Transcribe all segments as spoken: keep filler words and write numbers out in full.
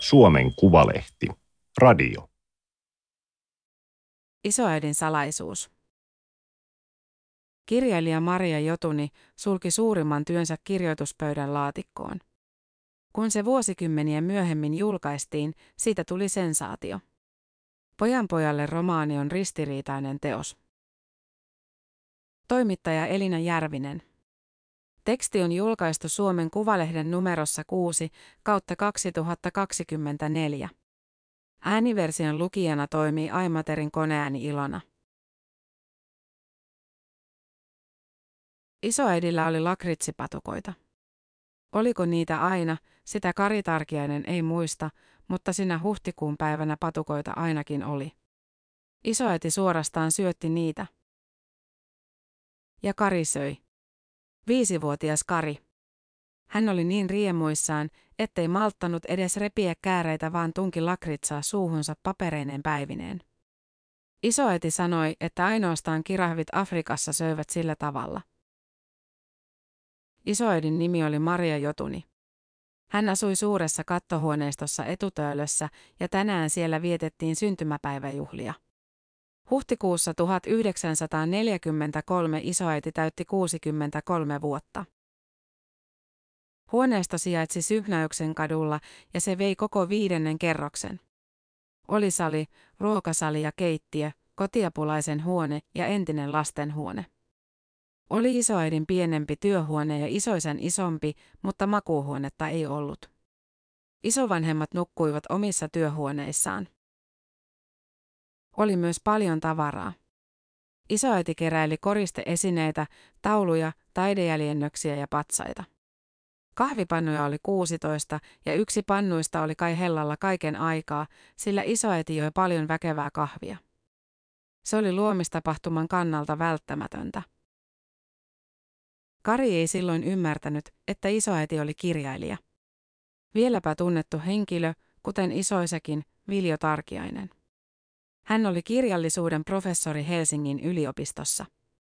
Suomen Kuvalehti. Radio. Isoäidin salaisuus. Kirjailija Maria Jotuni sulki suurimman työnsä kirjoituspöydän laatikkoon. Kun se vuosikymmeniä myöhemmin julkaistiin, siitä tuli sensaatio. Pojanpojalle romaani on ristiriitainen teos. Toimittaja Elina Järvinen. Teksti on julkaistu Suomen Kuvalehden numerossa kuusi kautta kaksituhattakaksikymmentäneljä. Ääniversion lukijana toimii Aimaterin koneääni Ilona. Isoäidillä oli lakritsipatukoita. Oliko niitä aina, sitä Kari Tarkiainen ei muista, mutta sinä huhtikuun päivänä patukoita ainakin oli. Isoäiti suorastaan syötti niitä. Ja Kari söi. Viisivuotias Kari. Hän oli niin riemuissaan, ettei malttanut edes repiä kääreitä, vaan tunki lakritsaa suuhunsa papereineen päivineen. Isoäiti sanoi, että ainoastaan kirahvit Afrikassa söivät sillä tavalla. Isoäidin nimi oli Maria Jotuni. Hän asui suuressa kattohuoneistossa Etutöölössä ja tänään siellä vietettiin syntymäpäiväjuhlia. Huhtikuussa tuhatyhdeksänsataaneljäkymmentäkolme isoäiti täytti kuusikymmentäkolme vuotta. Huoneisto sijaitsi Syhnäyksen kadulla ja se vei koko viidennen kerroksen. Oli sali, ruokasali ja keittiö, kotiapulaisen huone ja entinen lastenhuone. Oli isoäidin pienempi työhuone ja isoisän isompi, mutta makuuhuonetta ei ollut. Isovanhemmat nukkuivat omissa työhuoneissaan. Oli myös paljon tavaraa. Isoäiti keräili koristeesineitä, tauluja, taidejäljennöksiä ja patsaita. Kahvipannuja oli kuusitoista ja yksi pannuista oli kai hellalla kaiken aikaa, sillä isoäiti joi paljon väkevää kahvia. Se oli luomistapahtuman kannalta välttämätöntä. Kari ei silloin ymmärtänyt, että isoäiti oli kirjailija. Vieläpä tunnettu henkilö, kuten isoisäkin, Viljo Tarkiainen. Hän oli kirjallisuuden professori Helsingin yliopistossa.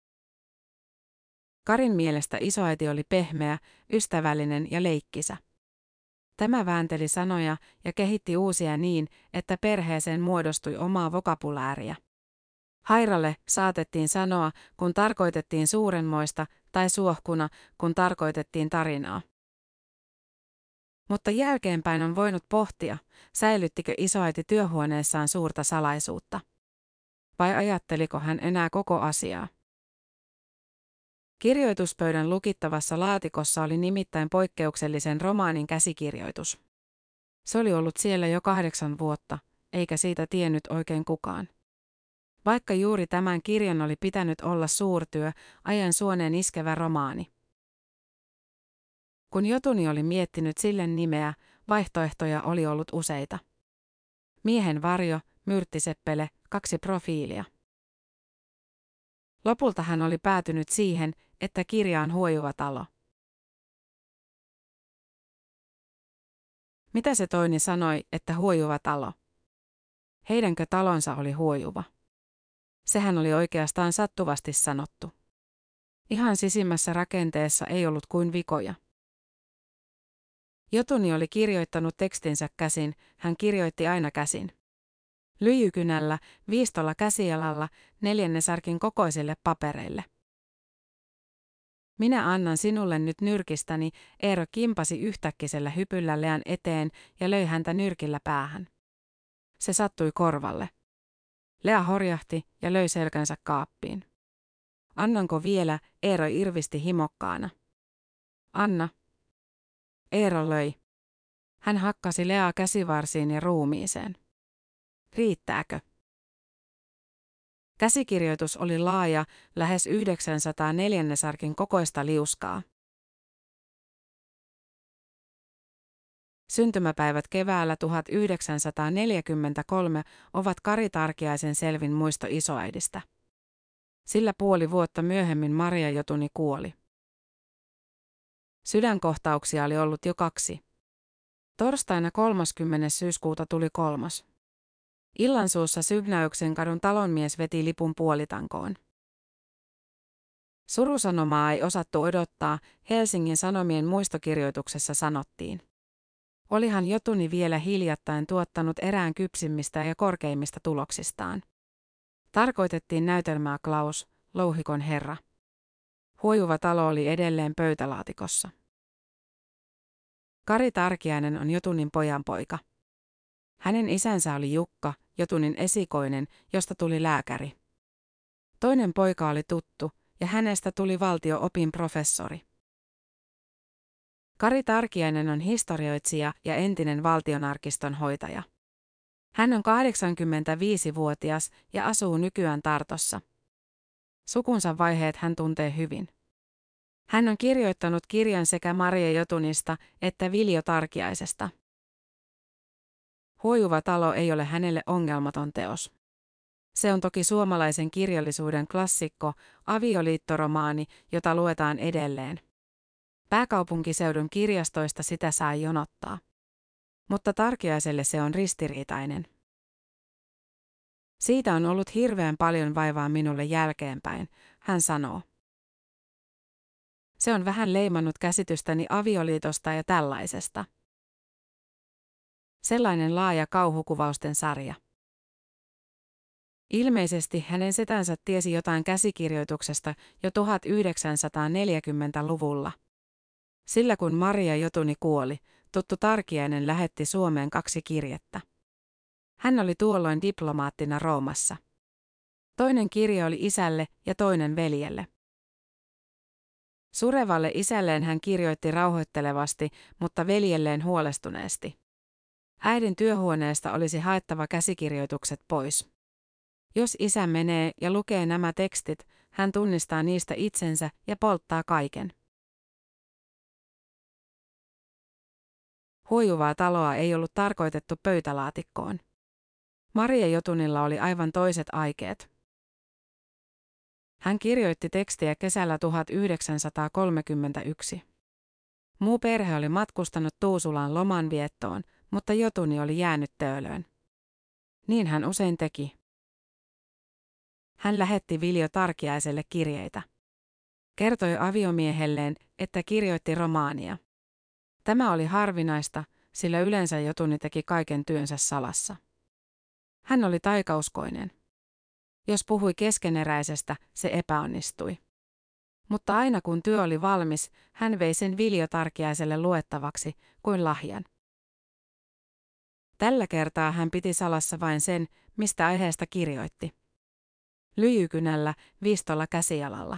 Karin mielestä isoäiti oli pehmeä, ystävällinen ja leikkisä. Tämä väänteli sanoja ja kehitti uusia niin, että perheeseen muodostui omaa vokabulääriä. Hairalle saatettiin sanoa, kun tarkoitettiin suurenmoista, tai suohkuna, kun tarkoitettiin tarinaa. Mutta jälkeenpäin on voinut pohtia, säilyttikö isoäiti työhuoneessaan suurta salaisuutta. Vai ajatteliko hän enää koko asiaa? Kirjoituspöydän lukittavassa laatikossa oli nimittäin poikkeuksellisen romaanin käsikirjoitus. Se oli ollut siellä jo kahdeksan vuotta, eikä siitä tiennyt oikein kukaan. Vaikka juuri tämän kirjan oli pitänyt olla suurtyö, ajan suoneen iskevä romaani. Kun Jotuni oli miettinyt sille nimeä, vaihtoehtoja oli ollut useita. Miehen varjo, myrttiseppele, kaksi profiilia. Lopulta hän oli päätynyt siihen, että kirja on Huojuva talo. Mitä se toinen sanoi, että huojuva talo? Heidänkö talonsa oli huojuva? Sehän oli oikeastaan sattuvasti sanottu. Ihan sisimmässä rakenteessa ei ollut kuin vikoja. Jotuni oli kirjoittanut tekstinsä käsin, hän kirjoitti aina käsin. Lyijykynällä, viistolla käsialalla, neljännesarkin kokoisille papereille. Minä annan sinulle nyt nyrkistäni, Eero kimpasi yhtäkkisellä hypyllä Lean eteen ja löi häntä nyrkillä päähän. Se sattui korvalle. Lea horjahti ja löi selkänsä kaappiin. Annanko vielä, Eero irvisti himokkaana. Anna. Eero löi. Hän hakkasi Leaa käsivarsiin ja ruumiiseen. Riittääkö? Käsikirjoitus oli laaja, lähes yhdeksänsataa neljännesarkin kokoista liuskaa. Syntymäpäivät keväällä tuhatyhdeksänsataaneljäkymmentäkolme ovat Kari Tarkiaisen selvin muisto isoäidistä. Sillä puoli vuotta myöhemmin Maria Jotuni kuoli. Sydänkohtauksia oli ollut jo kaksi. Torstaina kolmaskymmenes syyskuuta tuli kolmas. Illansuussa Syhnäyksen kadun talonmies veti lipun puolitankoon. Surusanomaa ei osattu odottaa, Helsingin Sanomien muistokirjoituksessa sanottiin. Olihan Jotuni vielä hiljattain tuottanut erään kypsimmistä ja korkeimmista tuloksistaan. Tarkoitettiin näytelmää Klaus, louhikon herra. Huojuva talo oli edelleen pöytälaatikossa. Kari Tarkiainen on Jotunin pojanpoika. Hänen isänsä oli Jukka, Jotunin esikoinen, josta tuli lääkäri. Toinen poika oli tuttu, ja hänestä tuli valtio-opin professori. Kari Tarkiainen on historioitsija ja entinen valtionarkiston hoitaja. Hän on kahdeksankymmentäviisivuotias ja asuu nykyään Tartossa. Sukunsa vaiheet hän tuntee hyvin. Hän on kirjoittanut kirjan sekä Maria Jotunista että Viljo Tarkiaisesta. Huojuva talo ei ole hänelle ongelmaton teos. Se on toki suomalaisen kirjallisuuden klassikko, avioliittoromaani, jota luetaan edelleen. Pääkaupunkiseudun kirjastoista sitä saa jonottaa. Mutta Tarkiaiselle se on ristiriitainen. Siitä on ollut hirveän paljon vaivaa minulle jälkeenpäin, hän sanoo. Se on vähän leimannut käsitystäni avioliitosta ja tällaisesta. Sellainen laaja kauhukuvausten sarja. Ilmeisesti hänen setänsä tiesi jotain käsikirjoituksesta jo tuhatyhdeksänsataaneljäkymmentäluvulla. Sillä kun Maria Jotuni kuoli, tuttu Tarkiainen lähetti Suomeen kaksi kirjettä. Hän oli tuolloin diplomaattina Roomassa. Toinen kirje oli isälle ja toinen veljelle. Surevalle isälleen hän kirjoitti rauhoittelevasti, mutta veljelleen huolestuneesti. Äidin työhuoneesta olisi haettava käsikirjoitukset pois. Jos isä menee ja lukee nämä tekstit, hän tunnistaa niistä itsensä ja polttaa kaiken. Huojuvaa taloa ei ollut tarkoitettu pöytälaatikkoon. Maria Jotunilla oli aivan toiset aikeet. Hän kirjoitti tekstiä kesällä tuhatyhdeksänsataakolmekymmentäyksi. Muu perhe oli matkustanut Tuusulaan lomanviettoon, mutta Jotuni oli jäänyt Töölöön. Niin hän usein teki. Hän lähetti Viljo Tarkiaiselle kirjeitä. Kertoi aviomiehelleen, että kirjoitti romaania. Tämä oli harvinaista, sillä yleensä Jotuni teki kaiken työnsä salassa. Hän oli taikauskoinen. Jos puhui keskeneräisestä, se epäonnistui. Mutta aina kun työ oli valmis, hän vei sen Viljo Tarkiaiselle luettavaksi kuin lahjan. Tällä kertaa hän piti salassa vain sen, mistä aiheesta kirjoitti. Lyijykynällä, viistolla käsialalla.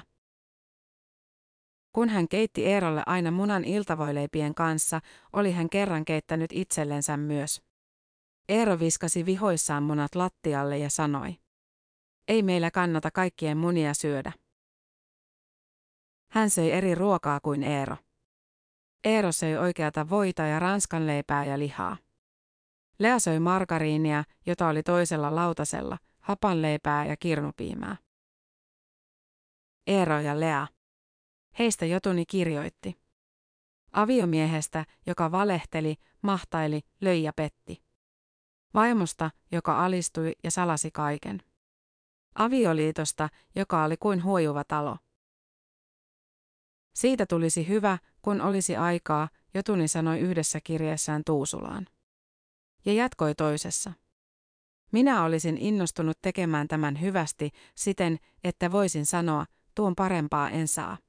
Kun hän keitti Eerolle aina munan iltavoileipien kanssa, oli hän kerran keittänyt itsellensä myös. Eero viskasi vihoissaan munat lattialle ja sanoi: "Ei meillä kannata kaikkien munia syödä." Hän söi eri ruokaa kuin Eero. Eero söi oikeata voita ja ranskanleipää ja lihaa. Lea söi margariinia, jota oli toisella lautasella, hapanleipää ja kirnupiimää. Eero ja Lea. Heistä Jotuni kirjoitti. Aviomiehestä, joka valehteli, mahtaili, löi ja petti. Vaimosta, joka alistui ja salasi kaiken. Avioliitosta, joka oli kuin huojuva talo. Siitä tulisi hyvä, kun olisi aikaa, Jotuni sanoi yhdessä kirjeessään Tuusulaan. Ja jatkoi toisessa. Minä olisin innostunut tekemään tämän hyvästi siten, että voisin sanoa, tuon parempaa en saa.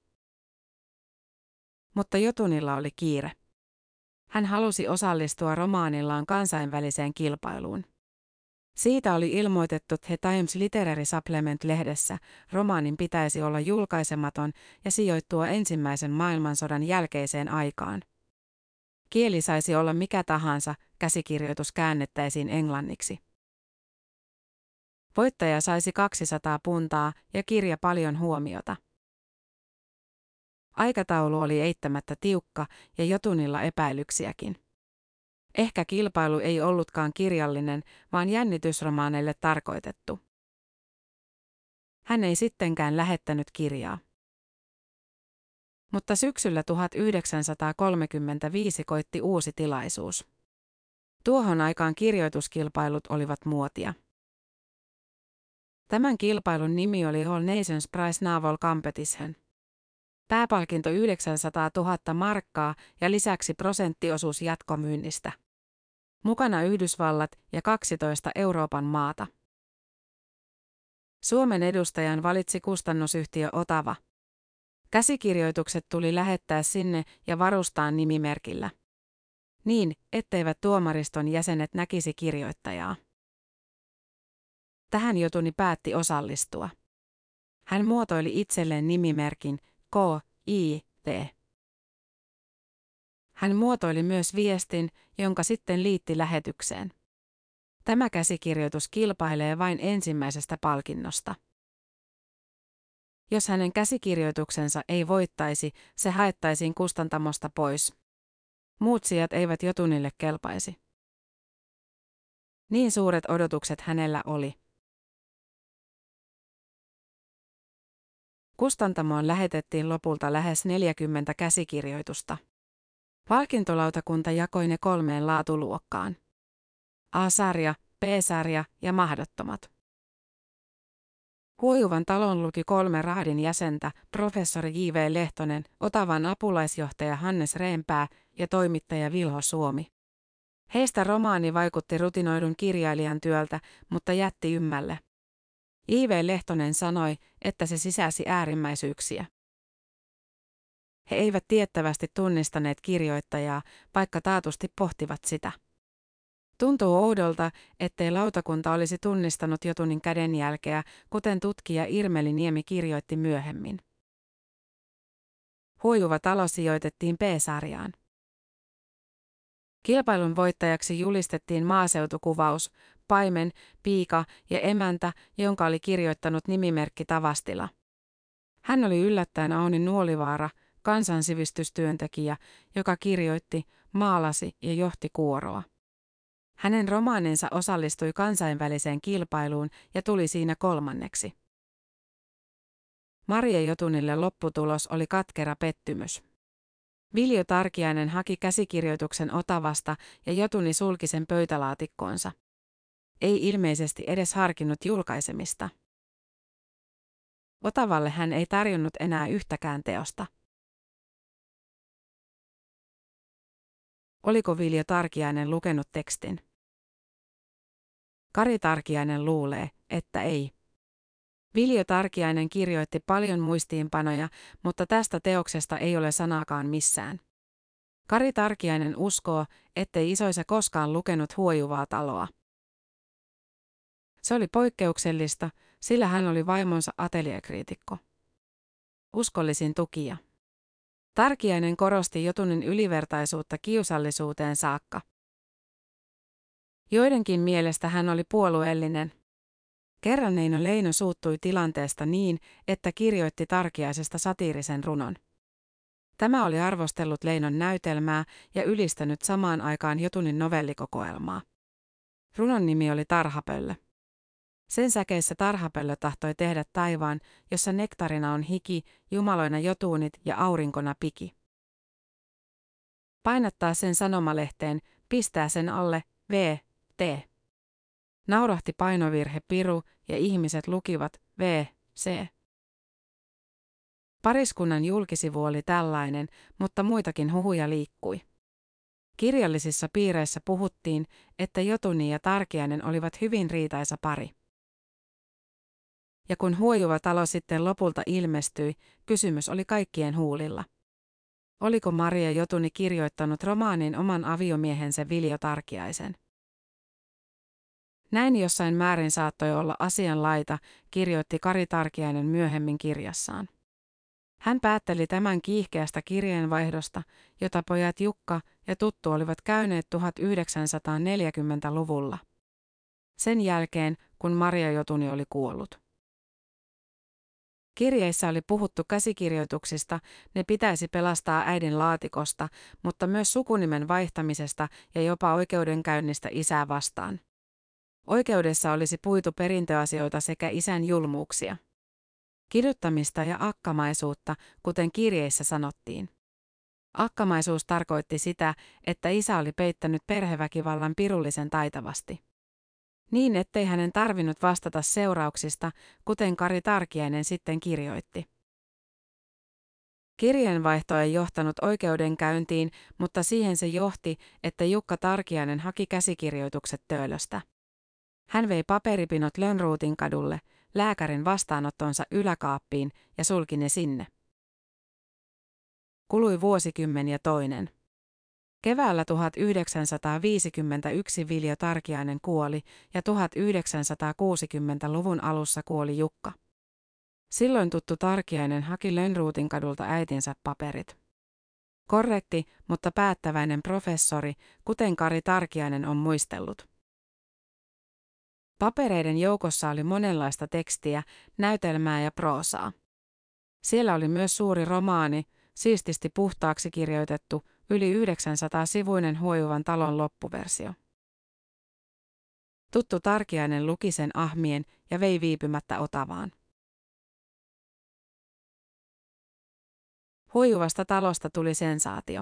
Mutta Jotunilla oli kiire. Hän halusi osallistua romaanillaan kansainväliseen kilpailuun. Siitä oli ilmoitettu The Times Literary Supplement-lehdessä, romaanin pitäisi olla julkaisematon ja sijoittua ensimmäisen maailmansodan jälkeiseen aikaan. Kieli saisi olla mikä tahansa, käsikirjoitus käännettäisiin englanniksi. Voittaja saisi kaksisataa puntaa ja kirja paljon huomiota. Aikataulu oli eittämättä tiukka ja Jotunilla epäilyksiäkin. Ehkä kilpailu ei ollutkaan kirjallinen, vaan jännitysromaaneille tarkoitettu. Hän ei sittenkään lähettänyt kirjaa. Mutta syksyllä tuhatyhdeksänsataakolmekymmentäviisi koitti uusi tilaisuus. Tuohon aikaan kirjoituskilpailut olivat muotia. Tämän kilpailun nimi oli All Nations Prize Naval Competition. Pääpalkinto yhdeksänsataatuhatta markkaa ja lisäksi prosenttiosuus jatkomyynnistä. Mukana Yhdysvallat ja kaksitoista Euroopan maata. Suomen edustajan valitsi kustannusyhtiö Otava. Käsikirjoitukset tuli lähettää sinne ja varustaa nimimerkillä. Niin, etteivät tuomariston jäsenet näkisi kirjoittajaa. Tähän Jotuni päätti osallistua. Hän muotoili itselleen nimimerkin K I T. Hän muotoili myös viestin, jonka sitten liitti lähetykseen. Tämä käsikirjoitus kilpailee vain ensimmäisestä palkinnosta. Jos hänen käsikirjoituksensa ei voittaisi, se haettaisiin kustantamosta pois. Muut sijat eivät Jotunille kelpaisi. Niin suuret odotukset hänellä oli. Kustantamoon lähetettiin lopulta lähes neljäkymmentä käsikirjoitusta. Palkintolautakunta jakoi ne kolmeen laatuluokkaan. A-sarja, B-sarja ja mahdottomat. Huojuvan talon luki kolme raadin jäsentä, professori J V Lehtonen, Otavan apulaisjohtaja Hannes Reenpää ja toimittaja Vilho Suomi. Heistä romaani vaikutti rutinoidun kirjailijan työltä, mutta jätti ymmälle. J V Lehtonen sanoi, että se sisälsi äärimmäisyyksiä. He eivät tiettävästi tunnistaneet kirjoittajaa, vaikka taatusti pohtivat sitä. Tuntuu oudolta, ettei lautakunta olisi tunnistanut Jotunin kädenjälkeä, kuten tutkija Irmeli Niemi kirjoitti myöhemmin. Huojuva talo sijoitettiin B-sarjaan. Kilpailun voittajaksi julistettiin maaseutukuvaus, paimen, piika ja emäntä, jonka oli kirjoittanut nimimerkki Tavastila. Hän oli yllättäen Auni Nuolivaara, kansansivistystyöntekijä, joka kirjoitti, maalasi ja johti kuoroa. Hänen romaaninsa osallistui kansainväliseen kilpailuun ja tuli siinä kolmanneksi. Maria Jotunille lopputulos oli katkera pettymys. Viljo Tarkiainen haki käsikirjoituksen Otavasta ja Jotuni sulki sen pöytälaatikkoonsa. Ei ilmeisesti edes harkinnut julkaisemista. Otavalle hän ei tarjonnut enää yhtäkään teosta. Oliko Viljo Tarkiainen lukenut tekstin? Kari Tarkiainen luulee, että ei. Viljo Tarkiainen kirjoitti paljon muistiinpanoja, mutta tästä teoksesta ei ole sanaakaan missään. Kari Tarkiainen uskoo, ettei isoisä koskaan lukenut Huojuvaa taloa. Se oli poikkeuksellista, sillä hän oli vaimonsa ateljeekriitikko. Uskollisin tukija. Tarkiainen korosti Jotunin ylivertaisuutta kiusallisuuteen saakka. Joidenkin mielestä hän oli puolueellinen. Kerran Eino Leino suuttui tilanteesta niin, että kirjoitti Tarkiaisesta satiirisen runon. Tämä oli arvostellut Leinon näytelmää ja ylistänyt samaan aikaan Jotunin novellikokoelmaa. Runon nimi oli Tarhapöllö. Sen säkeissä Tarhapöllö tahtoi tehdä taivaan, jossa nektarina on hiki, jumaloina jotuunit ja aurinkona piki. Painattaa sen sanomalehteen, pistää sen alle, V, T. Naurahti painovirhe piru ja ihmiset lukivat, V, C. Pariskunnan julkisivu oli tällainen, mutta muitakin huhuja liikkui. Kirjallisissa piireissä puhuttiin, että Jotuni ja Tarkiainen olivat hyvin riitaisa pari. Ja kun Huojuva talo sitten lopulta ilmestyi, kysymys oli kaikkien huulilla. Oliko Maria Jotuni kirjoittanut romaanin oman aviomiehensä Viljo Tarkiaisen? Näin jossain määrin saattoi olla asianlaita, kirjoitti Kari Tarkiainen myöhemmin kirjassaan. Hän päätteli tämän kiihkeästä kirjeenvaihdosta, jota pojat Jukka ja Tuttu olivat käyneet tuhatyhdeksänsataaneljäkymmentäluvulla. Sen jälkeen, kun Maria Jotuni oli kuollut. Kirjeissä oli puhuttu käsikirjoituksista, ne pitäisi pelastaa äidin laatikosta, mutta myös sukunimen vaihtamisesta ja jopa oikeudenkäynnistä isää vastaan. Oikeudessa olisi puitu perintöasioita sekä isän julmuuksia. Kiduttamista ja akkamaisuutta, kuten kirjeissä sanottiin. Akkamaisuus tarkoitti sitä, että isä oli peittänyt perheväkivallan pirullisen taitavasti. Niin ettei hänen tarvinnut vastata seurauksista, kuten Kari Tarkiainen sitten kirjoitti. Kirjeenvaihto ei johtanut oikeudenkäyntiin, mutta siihen se johti, että Jukka Tarkiainen haki käsikirjoitukset Töölöstä. Hän vei paperipinot Lönnruutin kadulle, lääkärin vastaanottonsa yläkaappiin ja sulki ne sinne. Kului vuosikymmen ja toinen. Keväällä tuhatyhdeksänsataaviisikymmentäyksi Viljo Tarkiainen kuoli ja tuhatyhdeksänsataakuusikymmentäluvun alussa kuoli Jukka. Silloin tuttu Tarkiainen haki Lönnruutin kadulta äitinsä paperit. Korrekti, mutta päättäväinen professori, kuten Kari Tarkiainen on muistellut. Papereiden joukossa oli monenlaista tekstiä, näytelmää ja proosaa. Siellä oli myös suuri romaani, siististi puhtaaksi kirjoitettu, yli yhdeksänsataa-sivuinen Huojuvan talon loppuversio. Tuttu Tarkiainen luki sen ahmien ja vei viipymättä Otavaan. Huojuvasta talosta tuli sensaatio.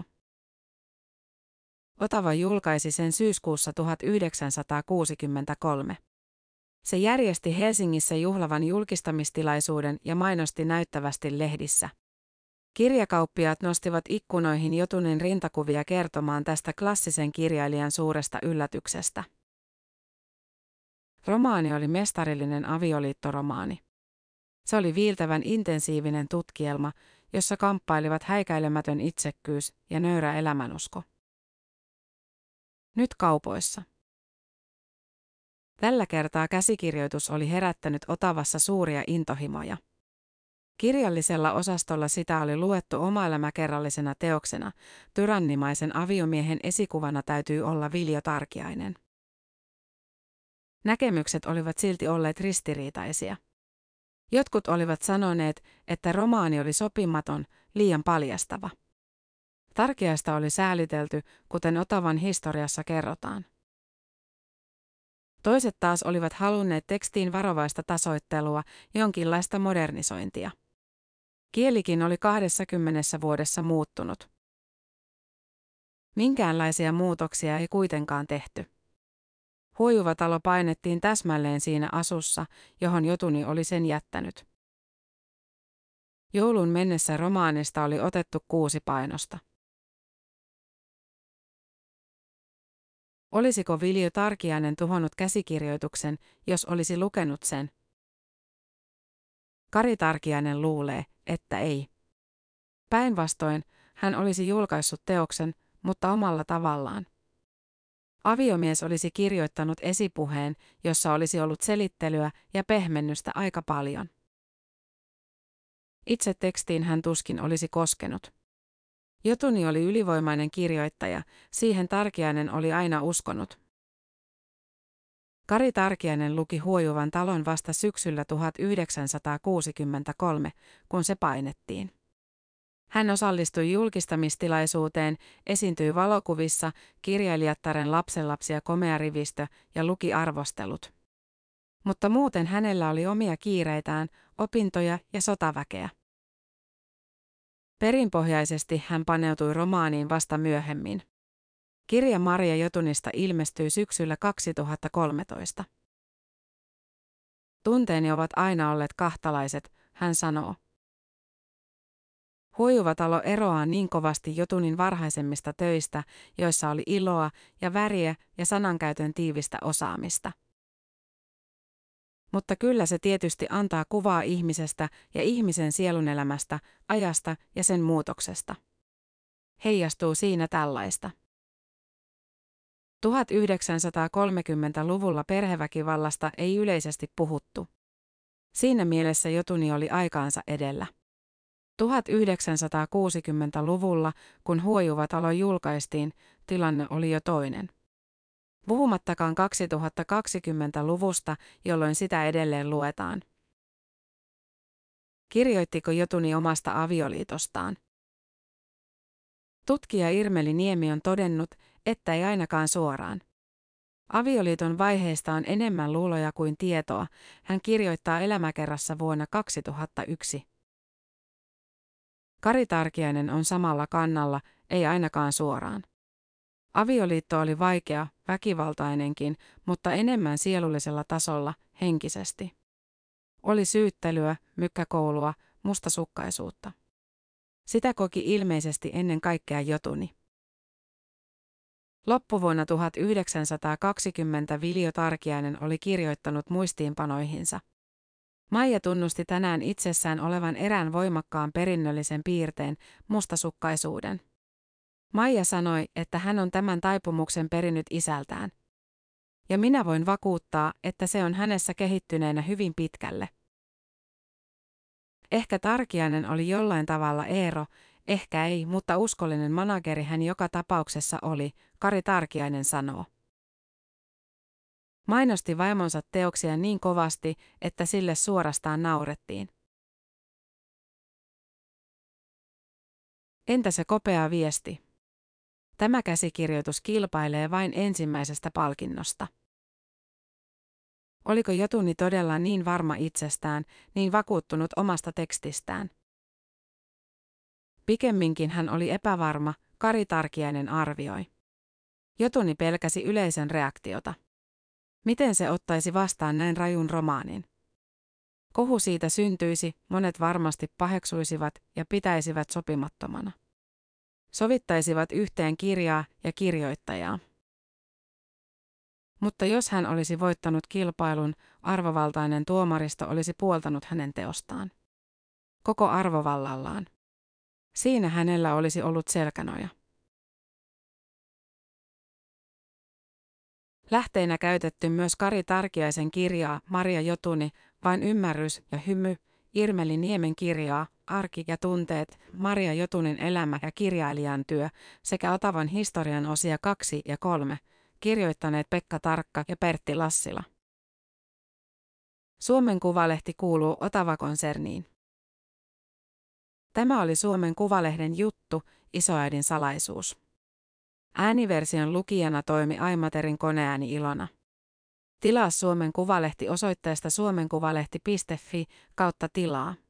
Otava julkaisi sen syyskuussa tuhatyhdeksänsataakuusikymmentäkolme. Se järjesti Helsingissä juhlavan julkistamistilaisuuden ja mainosti näyttävästi lehdissä. Kirjakauppiaat nostivat ikkunoihin Jotunin rintakuvia kertomaan tästä klassisen kirjailijan suuresta yllätyksestä. Romaani oli mestarillinen avioliittoromaani. Se oli viiltävän intensiivinen tutkielma, jossa kamppailivat häikäilemätön itsekkyys ja nöyrä elämänusko. Nyt kaupoissa. Tällä kertaa käsikirjoitus oli herättänyt Otavassa suuria intohimoja. Kirjallisella osastolla sitä oli luettu omaelämäkerrallisena teoksena, tyrannimaisen aviomiehen esikuvana täytyy olla Viljo Tarkiainen. Näkemykset olivat silti olleet ristiriitaisia. Jotkut olivat sanoneet, että romaani oli sopimaton, liian paljastava. Tarkiaista oli säälitelty, kuten Otavan historiassa kerrotaan. Toiset taas olivat halunneet tekstiin varovaista tasoittelua, jonkinlaista modernisointia. Kielikin oli kahdessakymmenessä vuodessa muuttunut. Minkäänlaisia muutoksia ei kuitenkaan tehty. Huojuva talo painettiin täsmälleen siinä asussa, johon Jotuni oli sen jättänyt. Joulun mennessä romaanista oli otettu kuusi painosta. Olisiko Viljo Tarkiainen tuhonnut käsikirjoituksen, jos olisi lukenut sen? Kari Tarkiainen luulee, että ei. Päinvastoin, hän olisi julkaissut teoksen, mutta omalla tavallaan. Aviomies olisi kirjoittanut esipuheen, jossa olisi ollut selittelyä ja pehmennystä aika paljon. Itse tekstiin hän tuskin olisi koskenut. Jotuni oli ylivoimainen kirjoittaja, siihen Tarkiainen oli aina uskonut. Kari Tarkiainen luki Huojuvan talon vasta syksyllä tuhatyhdeksänsataakuusikymmentäkolme, kun se painettiin. Hän osallistui julkistamistilaisuuteen, esiintyi valokuvissa, kirjailijattaren lapsenlapsia komea rivistö ja luki arvostelut. Mutta muuten hänellä oli omia kiireitään, opintoja ja sotaväkeä. Perinpohjaisesti hän paneutui romaaniin vasta myöhemmin. Kirja Maria Jotunista ilmestyi syksyllä kaksituhattakolmetoista. Tunteeni ovat aina olleet kahtalaiset, hän sanoo. Huojuva talo eroaa niin kovasti Jotunin varhaisemmista töistä, joissa oli iloa ja väriä ja sanankäytön tiivistä osaamista. Mutta kyllä se tietysti antaa kuvaa ihmisestä ja ihmisen sielunelämästä, ajasta ja sen muutoksesta. Heijastuu siinä tällaista. tuhatyhdeksänsataakolmekymmentäluvulla perheväkivallasta ei yleisesti puhuttu. Siinä mielessä Jotuni oli aikaansa edellä. tuhatyhdeksänsataakuusikymmentäluvulla, kun Huojuva talo julkaistiin, tilanne oli jo toinen. Puhumattakaan kaksituhattakaksikymmentäluvusta, jolloin sitä edelleen luetaan. Kirjoittiko Jotuni omasta avioliitostaan? Tutkija Irmeli Niemi on todennut, että ei ainakaan suoraan. Avioliiton vaiheista on enemmän luuloja kuin tietoa, hän kirjoittaa Elämäkerrassa vuonna kaksituhattayksi. Kari Tarkiainen on samalla kannalla, ei ainakaan suoraan. Avioliitto oli vaikea, väkivaltainenkin, mutta enemmän sielullisella tasolla, henkisesti. Oli syyttelyä, mykkäkoulua, mustasukkaisuutta. Sitä koki ilmeisesti ennen kaikkea Jotuni. Loppuvuonna tuhatyhdeksänsataakaksikymmentä Viljo Tarkiainen oli kirjoittanut muistiinpanoihinsa. Maija tunnusti tänään itsessään olevan erään voimakkaan perinnöllisen piirteen, mustasukkaisuuden. Maija sanoi, että hän on tämän taipumuksen perinyt isältään. Ja minä voin vakuuttaa, että se on hänessä kehittyneenä hyvin pitkälle. Ehkä Tarkiainen oli jollain tavalla Eero, ehkä ei, mutta uskollinen manageri hän joka tapauksessa oli, Kari Tarkiainen sanoo. Mainosti vaimonsa teoksia niin kovasti, että sille suorastaan naurettiin. Entä se kopea viesti? Tämä käsikirjoitus kilpailee vain ensimmäisestä palkinnosta. Oliko Jotuni todella niin varma itsestään, niin vakuuttunut omasta tekstistään? Pikemminkin hän oli epävarma, Kari Tarkiainen arvioi. Jotuni pelkäsi yleisön reaktiota. Miten se ottaisi vastaan näin rajun romaanin? Kohu siitä syntyisi, monet varmasti paheksuisivat ja pitäisivät sopimattomana. Sovittaisivat yhteen kirjaa ja kirjoittajaa. Mutta jos hän olisi voittanut kilpailun, arvovaltainen tuomaristo olisi puoltanut hänen teostaan. Koko arvovallallaan. Siinä hänellä olisi ollut selkänoja. Lähteinä käytetty myös Kari Tarkiaisen kirjaa Maria Jotuni, Vain ymmärrys ja hymy, Irmeli Niemen kirjaa Arki ja tunteet, Maria Jotunin elämä ja kirjailijan työ sekä Otavan historian osia kaksi ja kolme, kirjoittaneet Pekka Tarkka ja Pertti Lassila. Suomen Kuvalehti kuuluu Otava-konserniin. Tämä oli Suomen Kuvalehden juttu, Isoäidin salaisuus. Ääniversion lukijana toimi Aimaterin koneääni Ilona. Tilaa Suomen Kuvalehti osoitteesta suomenkuvalehti piste fi kautta tilaa.